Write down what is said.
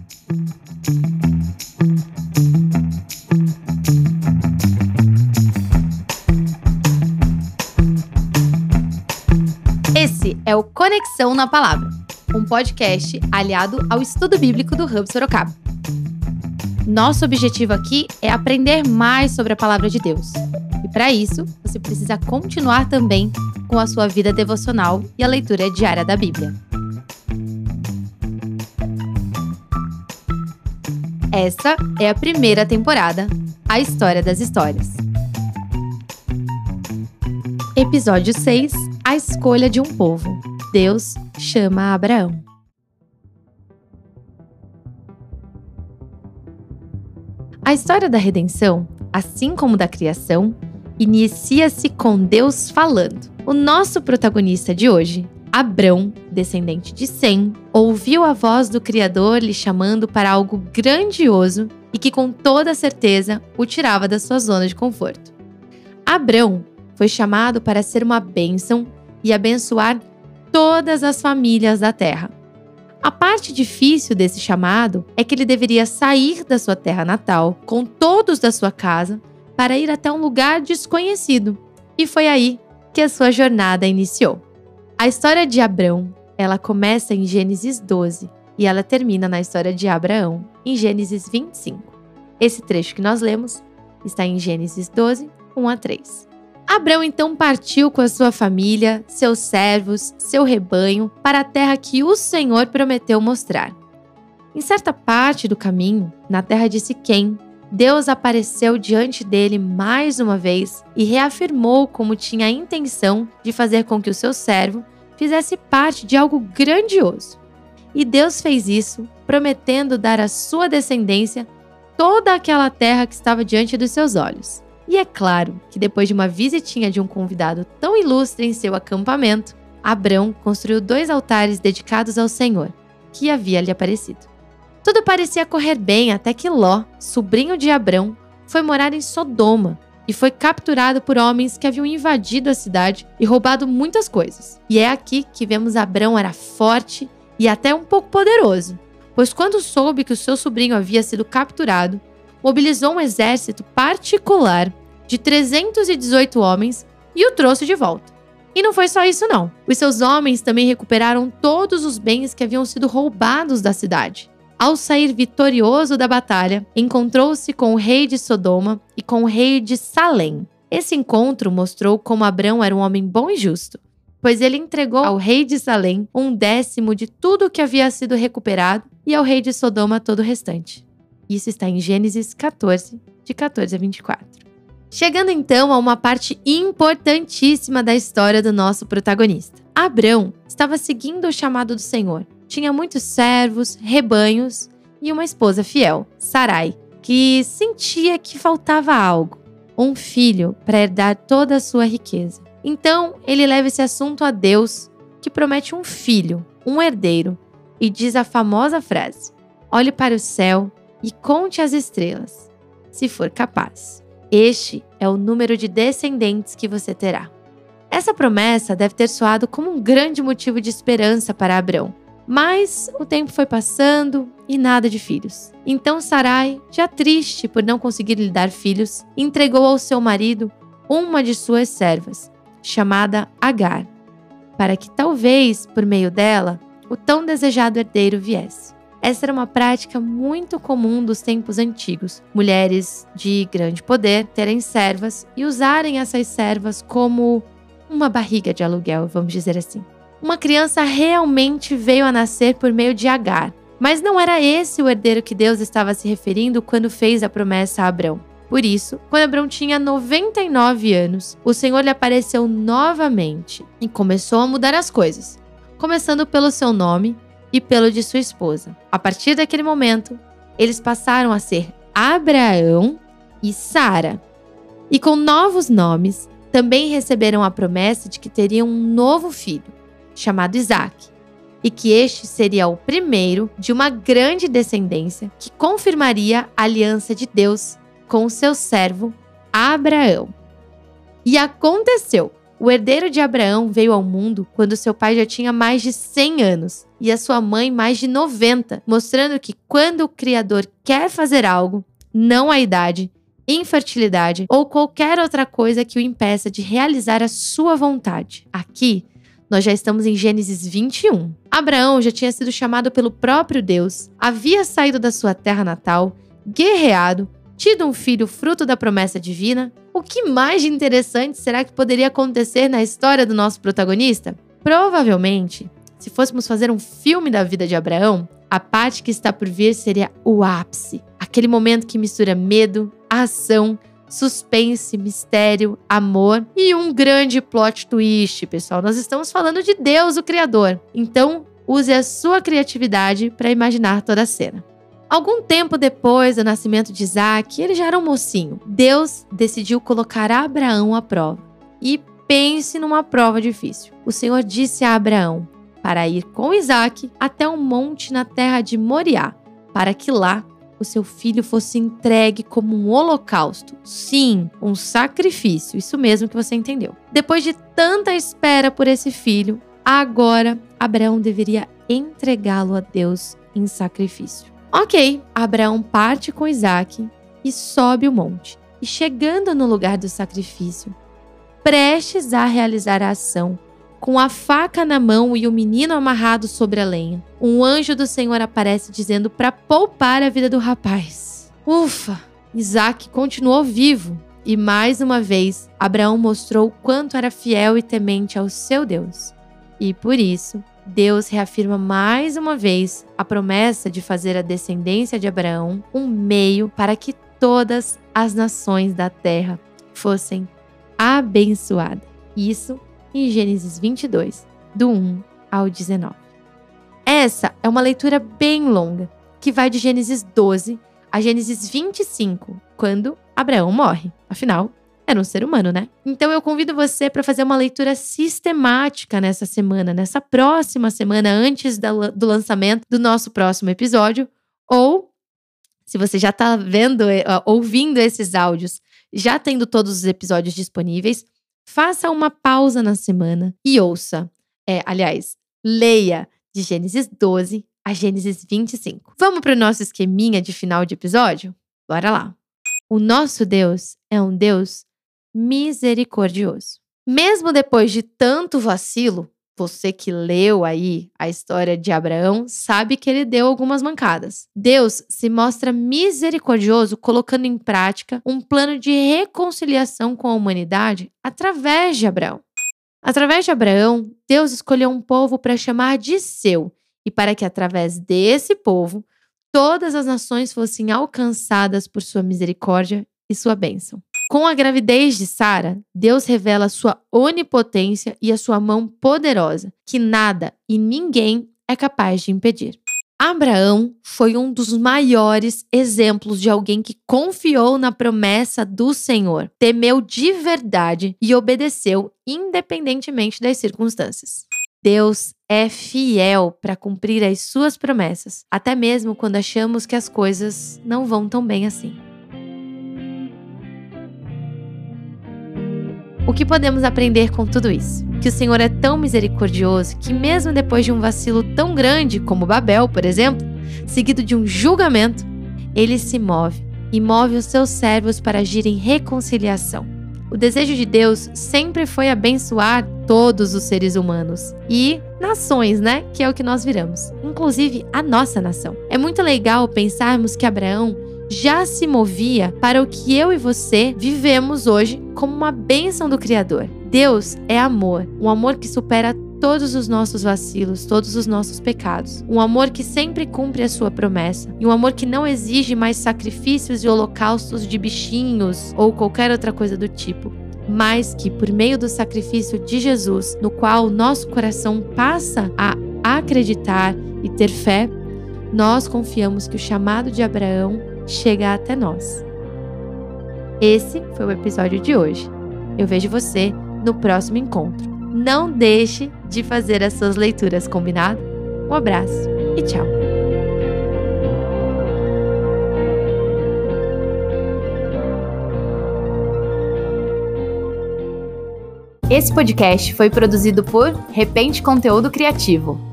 Esse é o Conexão na Palavra, um podcast aliado ao estudo bíblico do Hub Sorocaba. Nosso objetivo aqui é aprender mais sobre a Palavra de Deus. E para isso, você precisa continuar também com a sua vida devocional e a leitura diária da Bíblia. Essa é a primeira temporada, A História das Histórias. Episódio 6, A Escolha de um Povo. Deus chama Abraão. A história da redenção, assim como da criação, inicia-se com Deus falando. O nosso protagonista de hoje, Abrão, descendente de Sem, ouviu a voz do Criador lhe chamando para algo grandioso e que com toda certeza o tirava da sua zona de conforto. Abrão foi chamado para ser uma bênção e abençoar todas as famílias da terra. A parte difícil desse chamado é que ele deveria sair da sua terra natal, com todos da sua casa, para ir até um lugar desconhecido. E foi aí que a sua jornada iniciou. A história de Abrão, ela começa em Gênesis 12 e ela termina na história de Abraão, em Gênesis 25. Esse trecho que nós lemos está em Gênesis 12, 1-3. Abrão então partiu com a sua família, seus servos, seu rebanho, para a terra que o Senhor prometeu mostrar. Em certa parte do caminho, na terra de Siquém, Deus apareceu diante dele mais uma vez e reafirmou como tinha a intenção de fazer com que o seu servo fizesse parte de algo grandioso. E Deus fez isso, prometendo dar à sua descendência toda aquela terra que estava diante dos seus olhos. E é claro que depois de uma visitinha de um convidado tão ilustre em seu acampamento, Abrão construiu 2 altares dedicados ao Senhor, que havia lhe aparecido. Tudo parecia correr bem até que Ló, sobrinho de Abrão, foi morar em Sodoma e foi capturado por homens que haviam invadido a cidade e roubado muitas coisas. E é aqui que vemos Abrão era forte e até um pouco poderoso, pois quando soube que o seu sobrinho havia sido capturado, mobilizou um exército particular de 318 homens e o trouxe de volta. E não foi só isso não. Os seus homens também recuperaram todos os bens que haviam sido roubados da cidade. Ao sair vitorioso da batalha, encontrou-se com o rei de Sodoma e com o rei de Salém. Esse encontro mostrou como Abrão era um homem bom e justo, pois ele entregou ao rei de Salém 1/10 de tudo o que havia sido recuperado e ao rei de Sodoma todo o restante. Isso está em Gênesis 14, de 14-24. Chegando então a uma parte importantíssima da história do nosso protagonista. Abrão estava seguindo o chamado do Senhor. Tinha muitos servos, rebanhos e uma esposa fiel, Sarai, que sentia que faltava algo, um filho para herdar toda a sua riqueza. Então ele leva esse assunto a Deus, que promete um filho, um herdeiro, e diz a famosa frase: olhe para o céu e conte as estrelas, se for capaz. Este é o número de descendentes que você terá. Essa promessa deve ter soado como um grande motivo de esperança para Abrão. Mas o tempo foi passando e nada de filhos. Então Sarai, já triste por não conseguir lhe dar filhos, entregou ao seu marido uma de suas servas, chamada Agar, para que talvez, por meio dela, o tão desejado herdeiro viesse. Essa era uma prática muito comum dos tempos antigos. Mulheres de grande poder terem servas e usarem essas servas como uma barriga de aluguel, vamos dizer assim. Uma criança realmente veio a nascer por meio de Agar, mas não era esse o herdeiro que Deus estava se referindo quando fez a promessa a Abrão. Por isso, quando Abrão tinha 99 anos, o Senhor lhe apareceu novamente e começou a mudar as coisas, começando pelo seu nome e pelo de sua esposa. A partir daquele momento, eles passaram a ser Abraão e Sara. E com novos nomes, também receberam a promessa de que teriam um novo filho, chamado Isaac, e que este seria o primeiro de uma grande descendência que confirmaria a aliança de Deus com o seu servo Abraão. E aconteceu! O herdeiro de Abraão veio ao mundo quando seu pai já tinha mais de 100 anos, e a sua mãe mais de 90, mostrando que quando o Criador quer fazer algo, não há idade, infertilidade ou qualquer outra coisa que o impeça de realizar a sua vontade. Aqui, nós já estamos em Gênesis 21. Abraão já tinha sido chamado pelo próprio Deus, havia saído da sua terra natal, guerreado, tido um filho fruto da promessa divina. O que mais de interessante será que poderia acontecer na história do nosso protagonista? Provavelmente, se fôssemos fazer um filme da vida de Abraão, a parte que está por vir seria o ápice. Aquele momento que mistura medo, ação, suspense, mistério, amor e um grande plot twist, pessoal. Nós estamos falando de Deus, o Criador. Então, use a sua criatividade para imaginar toda a cena. Algum tempo depois do nascimento de Isaac, ele já era um mocinho. Deus decidiu colocar Abraão à prova. E pense numa prova difícil. O Senhor disse a Abraão para ir com Isaac até um monte na terra de Moriá, para que lá o seu filho fosse entregue como um holocausto. Sim, um sacrifício. Isso mesmo que você entendeu. Depois de tanta espera por esse filho, agora Abraão deveria entregá-lo a Deus em sacrifício. Ok, Abraão parte com Isaac e sobe o monte. E chegando no lugar do sacrifício, prestes a realizar a ação, com a faca na mão e o menino amarrado sobre a lenha, um anjo do Senhor aparece dizendo para poupar a vida do rapaz. Ufa! Isaac continuou vivo e mais uma vez Abraão mostrou o quanto era fiel e temente ao seu Deus. E por isso, Deus reafirma mais uma vez a promessa de fazer a descendência de Abraão um meio para que todas as nações da terra fossem abençoadas. Isso em Gênesis 22, do 1 ao 19. Essa é uma leitura bem longa, que vai de Gênesis 12 a Gênesis 25, quando Abraão morre. Afinal, era um ser humano, né? Então eu convido você para fazer uma leitura sistemática nessa semana, nessa próxima semana, antes do lançamento do nosso próximo episódio. Ou, se você já está ouvindo esses áudios, já tendo todos os episódios disponíveis, faça uma pausa na semana e ouça. Leia de Gênesis 12 a Gênesis 25. Vamos para o nosso esqueminha de final de episódio? Bora lá. O nosso Deus é um Deus misericordioso. Mesmo depois de tanto vacilo, você que leu aí a história de Abraão sabe que ele deu algumas mancadas. Deus se mostra misericordioso colocando em prática um plano de reconciliação com a humanidade através de Abraão. Através de Abraão, Deus escolheu um povo para chamar de seu e para que através desse povo todas as nações fossem alcançadas por sua misericórdia e sua bênção. Com a gravidez de Sara, Deus revela a sua onipotência e a sua mão poderosa, que nada e ninguém é capaz de impedir. Abraão foi um dos maiores exemplos de alguém que confiou na promessa do Senhor, temeu de verdade e obedeceu independentemente das circunstâncias. Deus é fiel para cumprir as suas promessas, até mesmo quando achamos que as coisas não vão tão bem assim. O que podemos aprender com tudo isso? Que o Senhor é tão misericordioso que mesmo depois de um vacilo tão grande como Babel, por exemplo, seguido de um julgamento, Ele se move e move os seus servos para agir em reconciliação. O desejo de Deus sempre foi abençoar todos os seres humanos e nações, né? Que é o que nós viramos, inclusive a nossa nação. É muito legal pensarmos que Abraão já se movia para o que eu e você vivemos hoje como uma bênção do Criador. Deus é amor, um amor que supera todos os nossos vacilos, todos os nossos pecados. Um amor que sempre cumpre a sua promessa e um amor que não exige mais sacrifícios e holocaustos de bichinhos ou qualquer outra coisa do tipo, mas que por meio do sacrifício de Jesus, no qual o nosso coração passa a acreditar e ter fé, nós confiamos que o chamado de Abraão chega até nós. Esse foi o episódio de hoje. Eu vejo você no próximo encontro. Não deixe de fazer as suas leituras, combinado? Um abraço e tchau! Esse podcast foi produzido por Repente Conteúdo Criativo.